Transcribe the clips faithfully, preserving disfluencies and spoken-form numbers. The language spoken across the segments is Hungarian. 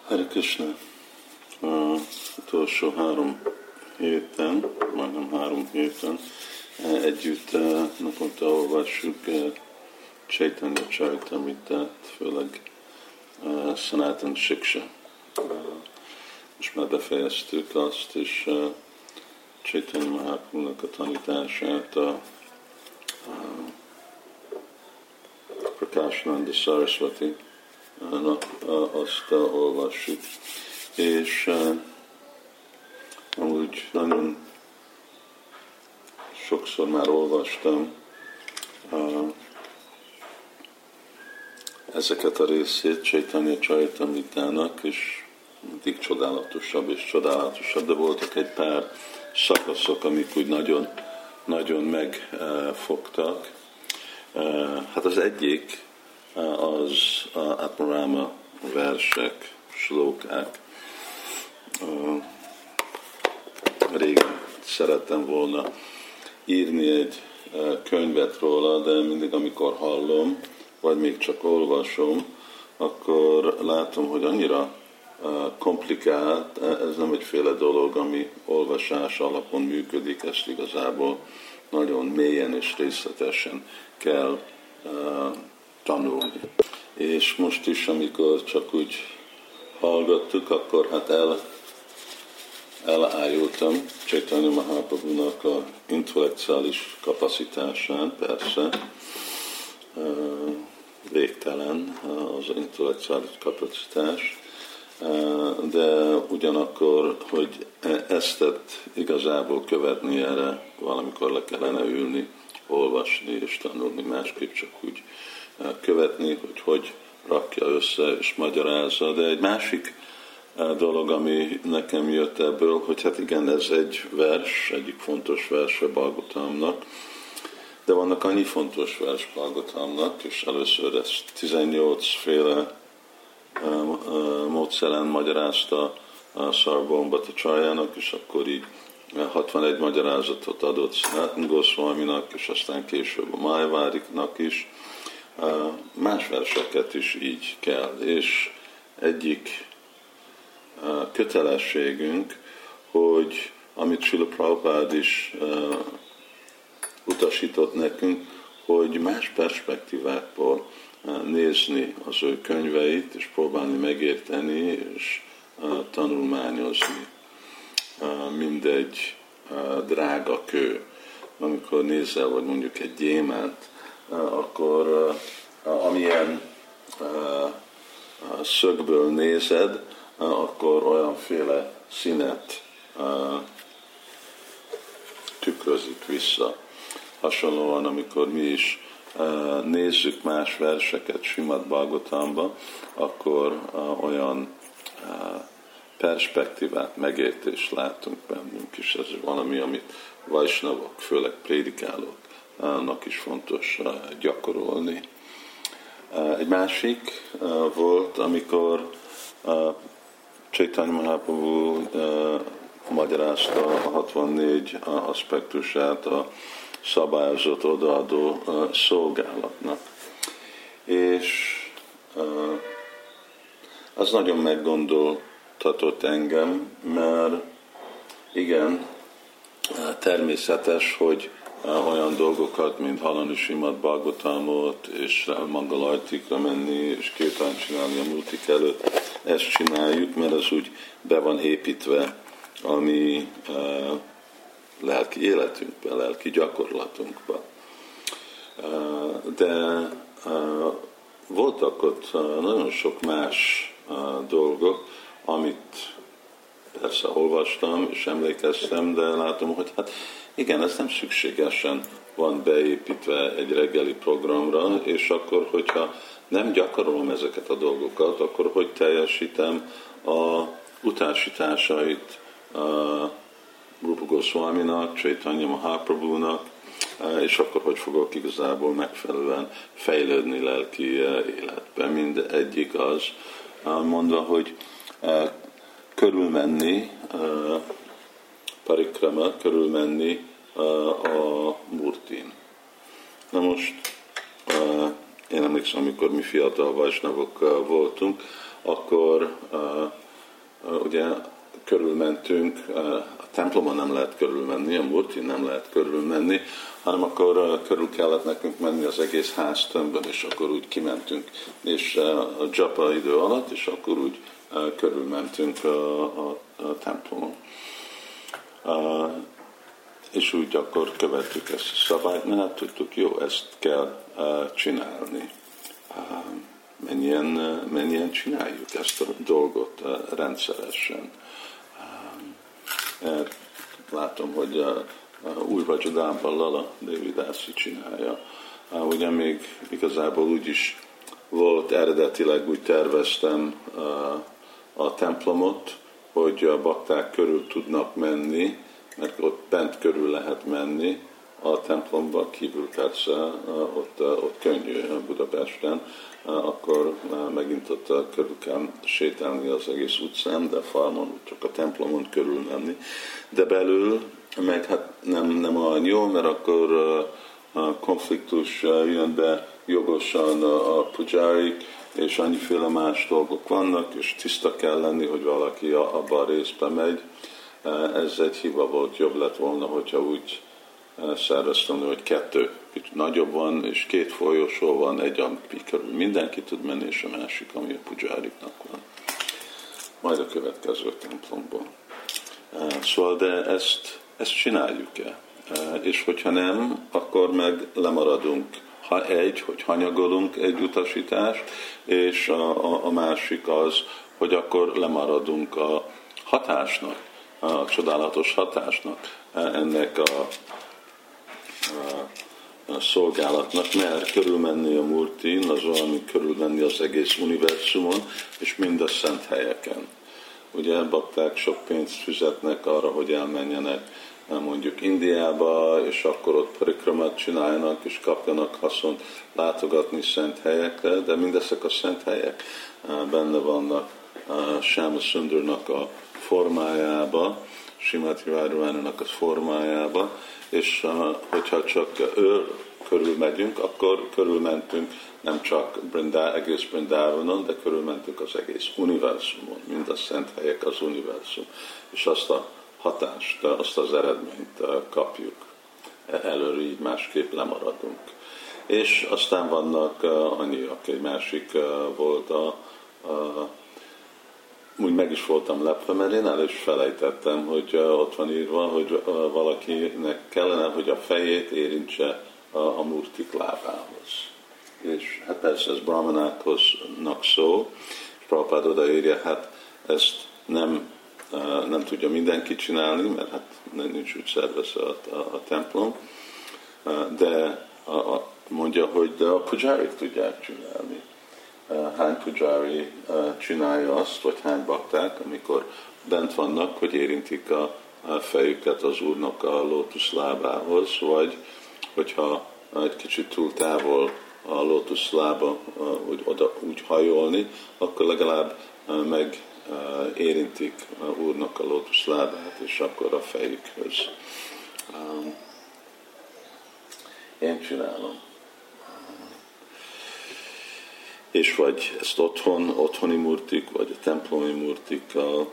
Hare Krishna. Az utolsó három héten, majdnem három héten együtt naponta olvassuk Chaitanya Charitamritát, főleg Sanatana Shiksha. Most már befejeztük azt, és Chaitanya Mahaprabhunak a tanítását, a, a Prakashananda Saraswati azt olvassuk. És uh, amúgy nagyon sokszor már olvastam uh, ezeket a részét Chaitanya Charitamritának, és mindig csodálatosabb és csodálatosabb, de voltak egy pár szakaszok, amik úgy nagyon, nagyon megfogtak. Uh, hát az egyik uh, az uh, Atmarama versek, slókák. Uh, régen szerettem volna írni egy uh, könyvet róla, de mindig amikor hallom, vagy még csak olvasom, akkor látom, hogy annyira uh, komplikált, ez nem egyféle dolog, ami olvasás alapon működik, ezt igazából nagyon mélyen és részletesen kell uh, tanulni. És most is, amikor csak úgy hallgattuk, akkor hát el, elájultam Chaitanya Mahaprabhunak a intellektuális kapacitásán, persze, végtelen az intellektuális kapacitás, de ugyanakkor, hogy ezt igazából követni, erre valamikor le kellene ülni, olvasni és tanulni, másképp csak úgy követni, hogy hogy rakja össze és magyarázza. De egy másik dolog, ami nekem jött ebből, hogy hát igen, ez egy vers, egyik fontos verse Bhagavatamnak, de vannak annyi fontos vers Bhagavatamnak, és először ezt tizennyolc féle módszeren magyarázta a Sarvabhauma Bhattacharya-nak, és akkor így hatvanegy magyarázatot adott Sanatana Goswaminak, és aztán később a Mayavadiknak is. Más verseket is így kell, és egyik kötelességünk, hogy amit Srila Prabhupád is utasított nekünk, hogy más perspektívákból nézni az ő könyveit, és próbálni megérteni, és tanulmányozni. Mindegy drága kő, amikor nézel, vagy mondjuk egy gyémánt, akkor amilyen szögből nézed, akkor olyanféle színet tükrözik vissza. Hasonlóan, amikor mi is nézzük más verseket Srimad Bhagavatamban, akkor olyan perspektívát, megértést látunk bennünk is. Ez valami, amit vajsnavok, főleg prédikálóknak is fontos gyakorolni. Egy másik volt, amikor Chaitanya Mahaprabhu magyarázta a hatvannégy aspektusát a szabályozott odaadó szolgálatnak. És az nagyon meggondoltatott engem, mert igen, természetes, hogy olyan dolgokat, mint hallani Srimad Bhagavatamot, és Mangalartikra menni, és kirtán csinálni a multik előtt, ezt csináljuk, mert az úgy be van építve a mi uh, lelki életünkbe, lelki gyakorlatunkba. Uh, de uh, voltak ott uh, nagyon sok más uh, dolgok, amit persze olvastam és emlékeztem, de látom, hogy hát igen, ez nem szükségesen van beépítve egy reggeli programra, és akkor, hogyha nem gyakorolom ezeket a dolgokat, akkor hogy teljesítem a utasításait a Rupa Goswaminak, Chaitanya Mahaprabhunak, és akkor hogy fogok igazából megfelelően fejlődni lelki életben. Mindegyik az mondva, hogy körülmenni, parikrama, körülmenni a murtin. Na most én emlékszem, amikor mi fiatal vajsnavok voltunk, akkor ugye körülmentünk, a templomon nem lehet körülmenni, a murtin nem lehet körülmenni, hanem akkor körül kellett nekünk menni az egész háztömbben, és akkor úgy kimentünk, és a dzsapa idő alatt, és akkor úgy körülmentünk a, a, a templomon. És úgy akkor követtük ezt a szabályt, mert hát tudtuk, jó, ezt kell csinálni. Mennyien, mennyien csináljuk ezt a dolgot rendszeresen. Látom, hogy új Vajradánban Lala Devidászi csinálja. Ugye még igazából úgy is volt, eredetileg úgy terveztem a templomot, hogy a bakták körül tudnak menni, mert ott bent körül lehet menni, a templomban kívül persze, ott, ott könnyű Budapesten, akkor megint ott körül kell sétálni az egész utcán, de falmon, csak a templomon körül menni. De belül meg hát nem, nem olyan jó, mert akkor a konfliktus jön be jogosan a pujárik, és annyiféle más dolgok vannak, és tiszta kell lenni, hogy valaki abba a részbe megy. Ez egy hiba volt, jobb lett volna, hogyha úgy szerveztem, hogy kettő kicsit nagyobb van, és két folyosó van, egy, ami körül mindenki tud menni, és a másik, ami a pujáriknak van. Majd a következő templomból. Szóval, de ezt, ezt csináljuk-e? És hogyha nem, akkor meg lemaradunk. Ha egy, hogy hanyagolunk egy utasítást, és a, a, a másik az, hogy akkor lemaradunk a hatásnak, a csodálatos hatásnak ennek a, a, a szolgálatnak, mert körülmenni a murtin az olyan, mint körülmenni az egész univerzumon, és mind a szent helyeken. Ugye bakták sok pénzt fizetnek arra, hogy elmenjenek mondjuk Indiába, és akkor ott parikramát csináljanak, és kapjanak haszont látogatni szent helyekre, de mindezek a szent helyek benne vannak Shyama Sundarnak a formájába, Srimati Radharaninak a formájába, és hogyha csak ő körül megyünk, akkor körülmentünk nem csak Brindá, egész Brindávanon, de körülmentünk az egész univerzumon, mind a szent helyek az univerzum, és azt a hatást, azt az eredményt kapjuk. Előre így másképp lemaradunk. És aztán vannak annyiak, egy másik volt a, a úgy meg is voltam lepve, mert én el is felejtettem, hogy ott van írva, hogy valakinek kellene, hogy a fejét érintse a, a murtik lábához. És hát persze ez brahmanáknak szó, és Prabhupád odaírja, hát ezt nem, nem tudja mindenki csinálni, mert hát nincs úgy szervezve a, a, a templom, de a, a, mondja, hogy de a pujárik tudják csinálni. Hány pujári csinálja azt, vagy hány bakták, amikor bent vannak, hogy érintik a fejüket az Úrnak a lótusz lábához, vagy hogyha egy kicsit túl távol a lótusz lába úgy, oda, úgy hajolni, akkor legalább meg érintik a Úrnak a lótusz lábát, és akkor a fejükhöz. Én csinálom. És vagy ezt otthon, otthoni murtik, vagy a templomi murtikkal.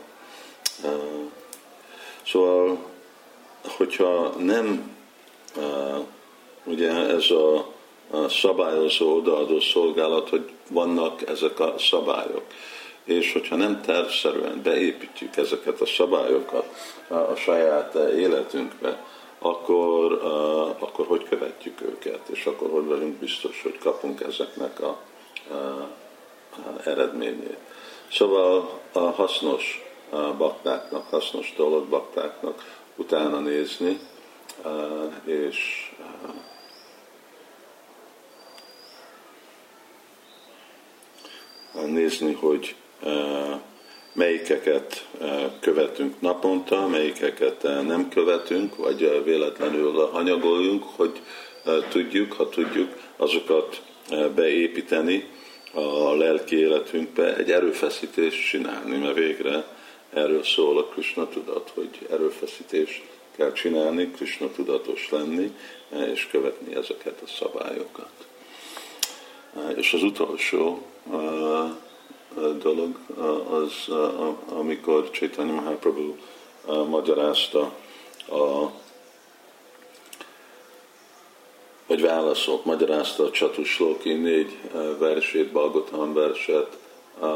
Szóval, hogyha nem ugye ez a szabályozó, odaadó szolgálat, hogy vannak ezek a szabályok, és hogyha nem tervszerűen beépítjük ezeket a szabályokat a saját életünkbe, akkor, akkor hogy követjük őket, és akkor hogy vagyunk biztos, hogy kapunk ezeknek a eredményét. Szóval a hasznos baktáknak, hasznos dolog baktáknak utána nézni, és nézni, hogy melyikeket követünk naponta, melyikeket nem követünk, vagy véletlenül hanyagoljunk, hogy tudjuk, ha tudjuk, azokat beépíteni a lelki életünkbe, egy erőfeszítést csinálni, mert végre erről szól a Krishna tudat, hogy erőfeszítést kell csinálni, Krishna tudatos lenni, és követni ezeket a szabályokat. És az utolsó dolog az, amikor Chaitanya Mahaprabhu magyarázta a vagy válaszolt, magyarázta a Csatuslóki négy versét, Bhagavatam verset a,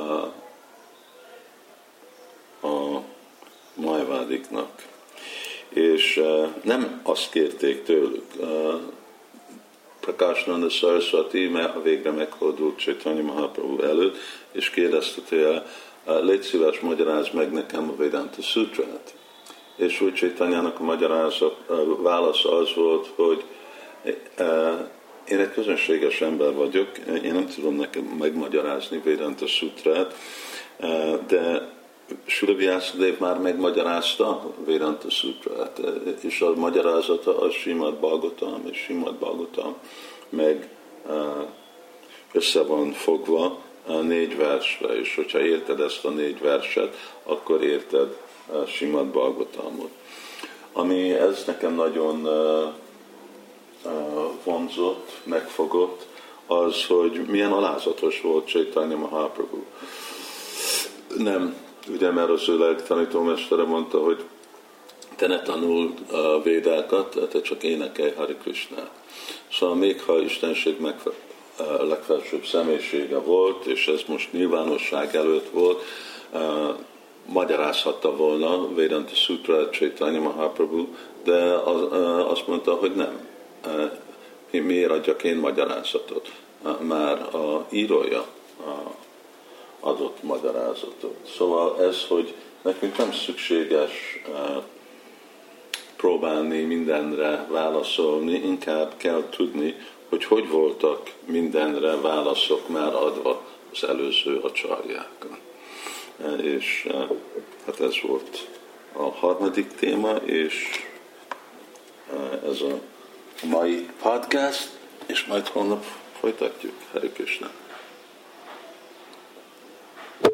a majvádiknak. És nem azt kérték tőlük. Prakashananda Saraswati mert végre meghordult Chaitanya Mahaprabhu előtt, és kérdezte tőle, légy szíves, magyarázd meg nekem a Vedanta Sutrát. És úgy Chaitanyának a magyarázat, a válasz az volt, hogy én egy közönséges ember vagyok, én nem tudom nekem megmagyarázni Vedanta Sutrát, de Srila Vyasadeva már megmagyarázta Vedanta Sutrát, és a magyarázata a Srimad Bhagavatam, és Srimad Bhagavatam meg össze van fogva négy versre, és hogyha érted ezt a négy verset, akkor érted Srimad Bhagavatamot. Ami ez nekem nagyon vonzott, megfogott, az, hogy milyen alázatos volt Chaitanya Mahaprabhu. Nem, ugye, mert az ő tanítómestere mondta, hogy te ne tanuld a védákat, te csak énekelj Hare Krishnát. Szóval még ha Istenség megfe- legfelsőbb személyisége volt, és ez most nyilvánosság előtt volt, magyarázhatta volna Vedanta Sutra Chaitanya Mahaprabhu, de az, azt mondta, hogy nem. Miért adjak én magyarázatot? Már a írója adott magyarázatot. Szóval ez, hogy nekünk nem szükséges próbálni mindenre válaszolni, inkább kell tudni, hogy hogy voltak mindenre válaszok már adva az előző acsarjákon. És hát ez volt a harmadik téma, és ez a mai podcast, és majd holnap folytatjuk. Hare Krishna.